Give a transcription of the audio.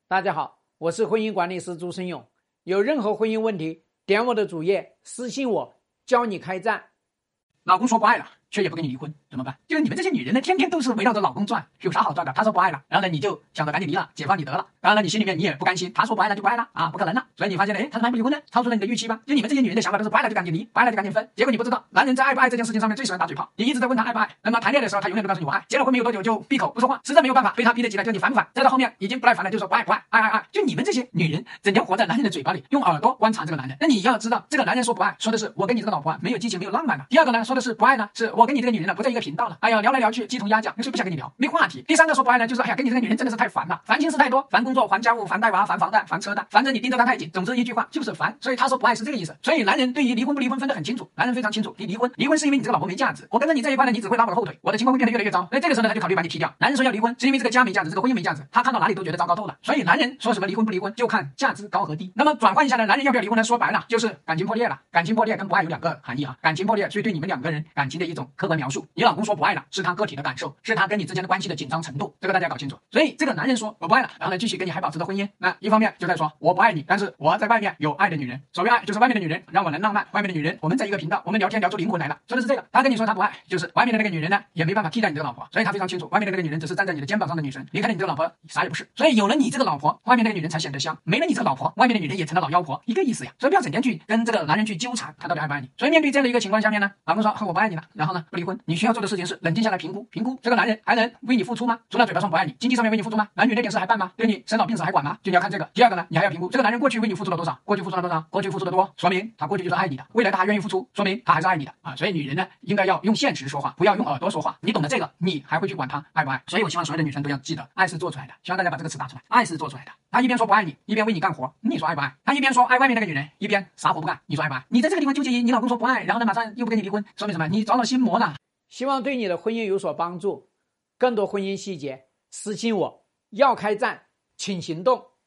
大家好，我是婚姻管理师朱生勇。有任何婚姻问题，点我的主页私信我，教你开战。 老公说不爱了，却也不跟你离婚，怎么办？就是你们这些女人呢，天天都是围绕着老公转，有啥好转的？他说不爱了，然后呢，你就想着赶紧离了，解放你得了。当然了，你心里面你也不甘心，他说不爱了就不爱了啊，不可能了。所以你发现了，他怎么还不离婚呢？超出了你的预期吧？就你们这些女人的想法都是不爱了就赶紧离，不爱了就赶紧分。结果你不知道，男人在爱不爱这件事情上面最喜欢打嘴炮。你一直在问他爱不爱，那么谈恋爱的时候他永远都告诉你我爱，结了婚没有多久就闭口不说话，实在没有办法被他逼得急了，就你烦不烦？再到后面已经不耐烦了，就说不爱不爱，爱爱爱。就你们这些女人整天活在男人的嘴巴里，用耳朵观察这个男人。那你要知道，这个男人说不爱，说的是我跟你这个老婆没有激情没有浪漫了。第二个呢，说的是不爱呢，是我跟你这个女人呢不在一个频道了，哎呀聊来聊去鸡同鸭讲，就是不想跟你聊，没话题。第三个说不爱呢，就是哎呀跟你这个女人真的是太烦了，烦心事太多，烦工作，烦家务，烦带娃，烦房贷，烦车贷，烦着你盯着她太紧。总之一句话就是烦。所以他说不爱是这个意思。所以男人对于离婚不离婚分得很清楚，男人非常清楚，你离婚是因为你这个老婆没价值，我跟着你这一块呢，你只会拉我的后腿，我的情况会变得越来越糟。那这个时候呢，他就考虑把你踢掉。男人说要离婚是因为这个家没价值，这个婚姻没价值，他看到哪里都觉得糟糕透了。所以男人说什么离婚不离婚就看价值高和低。那么转换一下呢，男人要不要离婚呢？说白了就是感情破裂了。感情破裂跟不爱有两个含义啊。感情破裂是对你们两个人感情的一种客观描述。你老公说不爱了，是他个体的感受，是他跟你之间的关系的紧张程度，这个大家搞清楚。所以这个男人说我不爱了，然后呢继续跟你还保持着婚姻，那一方面就在说我不爱你，但是我在外面有爱的女人。所谓爱就是外面的女人让我能浪漫，外面的女人我们在一个频道，我们聊天聊出灵魂来了，说的是这个。他跟你说他不爱，就是外面的那个女人呢也没办法替代你这个老婆，所以他非常清楚，外面的那个女人只是站在你的肩膀上的女神，离开了你这个老婆啥也不是。所以有了你这个老婆，外面那个女人才显得香，没了你这个老婆，外面的女人也成了老妖婆，一个意思呀。所以不要整天去跟这个男人去纠缠他到底爱不爱你。所以面对这样的一个情况下面呢，老公说我不爱你了，然后呢不离婚，你需要做的事情是冷静下来评估这个男人还能为你付出吗？除了嘴巴上不爱你，经济上面为你付出吗？男女那点事还办吗？对你生老病死还管吗？就你要看这个。第二个呢，你还要评估这个男人过去为你付出了多少，过去付出了多少，过去付出的多，说明他过去就是爱你的，未来他还愿意付出，说明他还是爱你的啊。所以女人呢应该要用现实说话，不要用耳朵说话。你懂得这个，你还会去管他爱不爱。所以我希望所有的女生都要记得，爱是做出来的，希望大家把这个词打出来，爱是做出来的。他一边说不爱你，一边为你干活，你说爱不爱？他一边说爱外面那个女人，一边啥活不干，你说爱不爱？你在这个地方纠结于你老公说不爱，然后呢马上又不跟你离婚，说明什么？你着了心魔了。 希望对你的婚姻有所帮助。更多婚姻细节私信我，要开战请行动。